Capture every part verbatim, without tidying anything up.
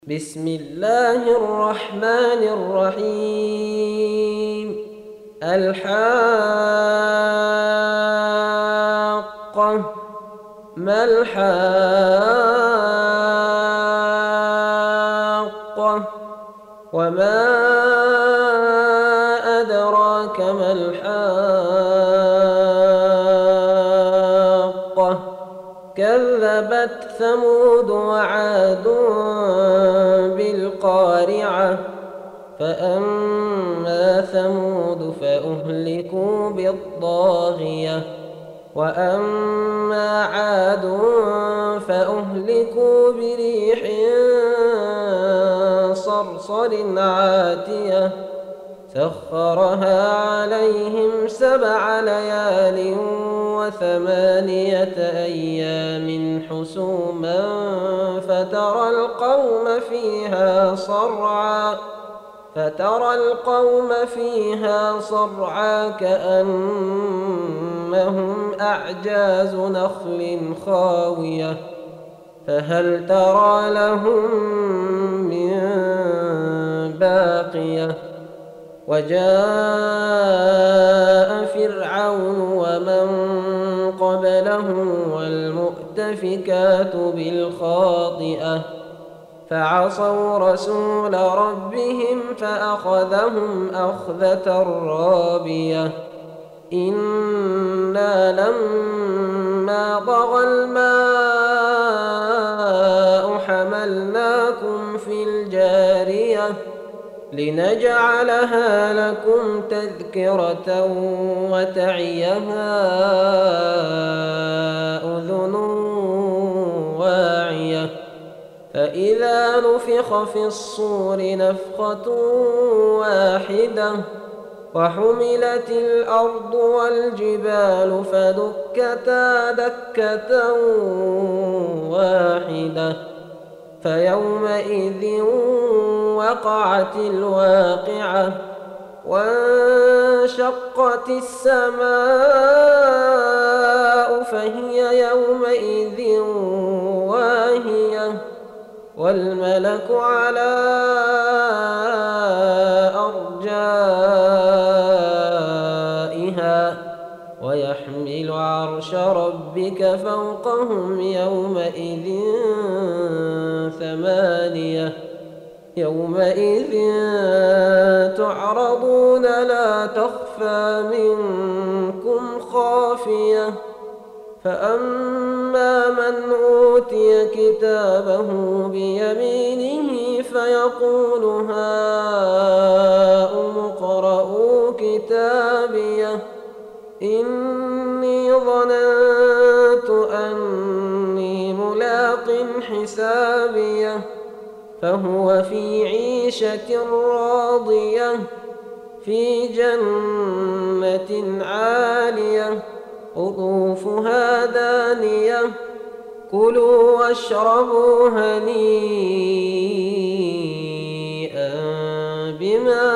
بسم الله الرحمن الرحيم. الحاقة. ما الحاقة وما أدراك ما الحاقة. كذبت ثمود وعاد بالقارعة. فأما ثمود فأهلكوا بالطاغية وأما عاد فأهلكوا بريح صرصر عاتية سخرها عليهم سبع ليال وثمانية أيام حسوما فترى القوم فيها صرعا فترى القوم فيها صرعا كأنهم أعجاز نخل خاوية فهل ترى لهم من باقية. وجاء فرعون ومن قبله والمؤتفكات بالخاطئة فعصوا رسول ربهم فأخذهم أخذة رابية. إنا لما طغى الماء حملناكم في الجارية لنجعلها لكم تذكرة وتعيها أذن واعية. فإذا نفخ في الصور نفخة واحدة وحملت الأرض والجبال فدكتا دكة واحدة فيومئذ وقعت الواقعة وانشقت السماء فهي يومئذ واهية والملك على أرجائها ويحمل عرش ربك فوقهم يومئذ ثمانية. يومئذ تعرضون لا تخفى منكم خافية. فأما من أوتي كتابه بيمينه فيقول هاؤم اقرءوا كتابيه إني ظننت أني ملاق حسابيه فهو في عيشة راضية في جنة عالية قطوفها دانية كلوا واشربوا هنيئا بما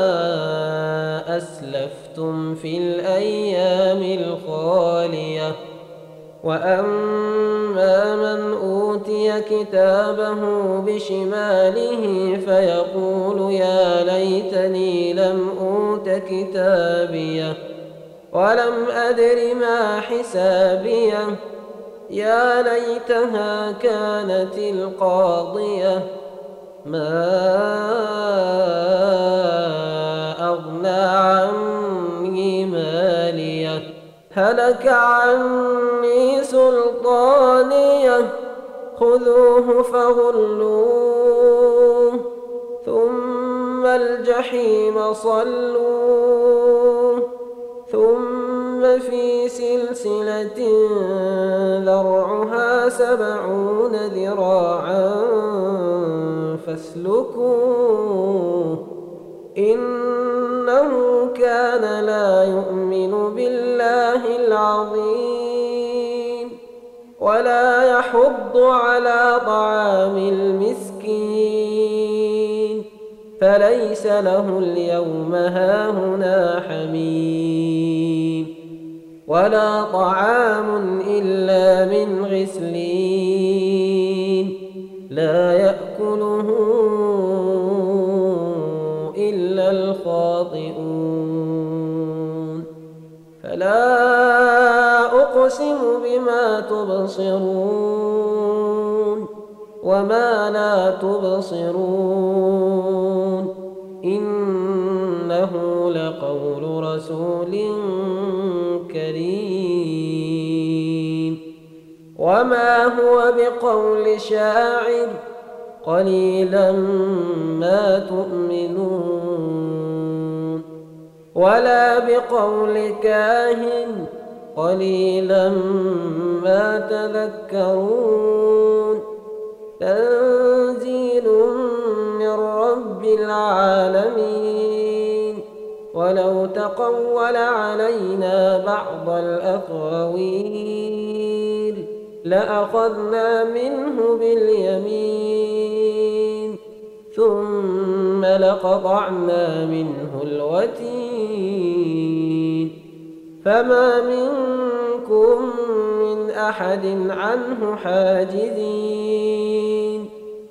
أسلفتم في الأيام الخالية. وأما من أوتي كتابه بشماله فيقول يا ليتني لم أوت كتابيه ولم أدر ما حسابيه يا ليتها كانت القاضية ما أغنى عني ماليه هلك عني سلطانيه خذوه فغلوه ثم الجحيم صلوه ثم في سلسلة ذرعها سبعون ذراعا فاسلكوه إنه كان لا يؤمن بالله العظيم ولا يحض على طعام المسكين فليس له اليوم هاهنا حميم ولا طعام إلا من غسلين لا يأكل يأكله إلا الخاطئون فلا أقسم بما تبصرون وما لا تبصرون إنه لقول رسول كريم وما هو بقول شاعر قليلا ما تؤمنون ولا بقول كاهن قليلا ما تذكرون تنزيل من رب العالمين ولو تقول علينا بعض الأقاويل لأخذنا منه باليمين ثم لقطعنا منه الوتين فما منكم من أحد عنه حاجزين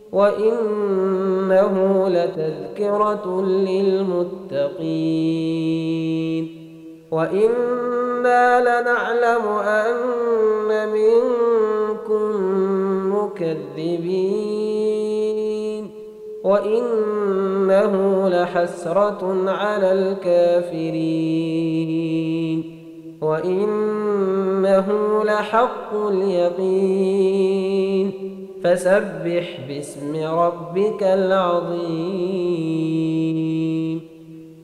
وإنه لتذكرة للمتقين وإنا لنعلم أن منكم مكذبين وإنه لحسرة على الكافرين وإنه لحق اليقين فسبح باسم ربك العظيم.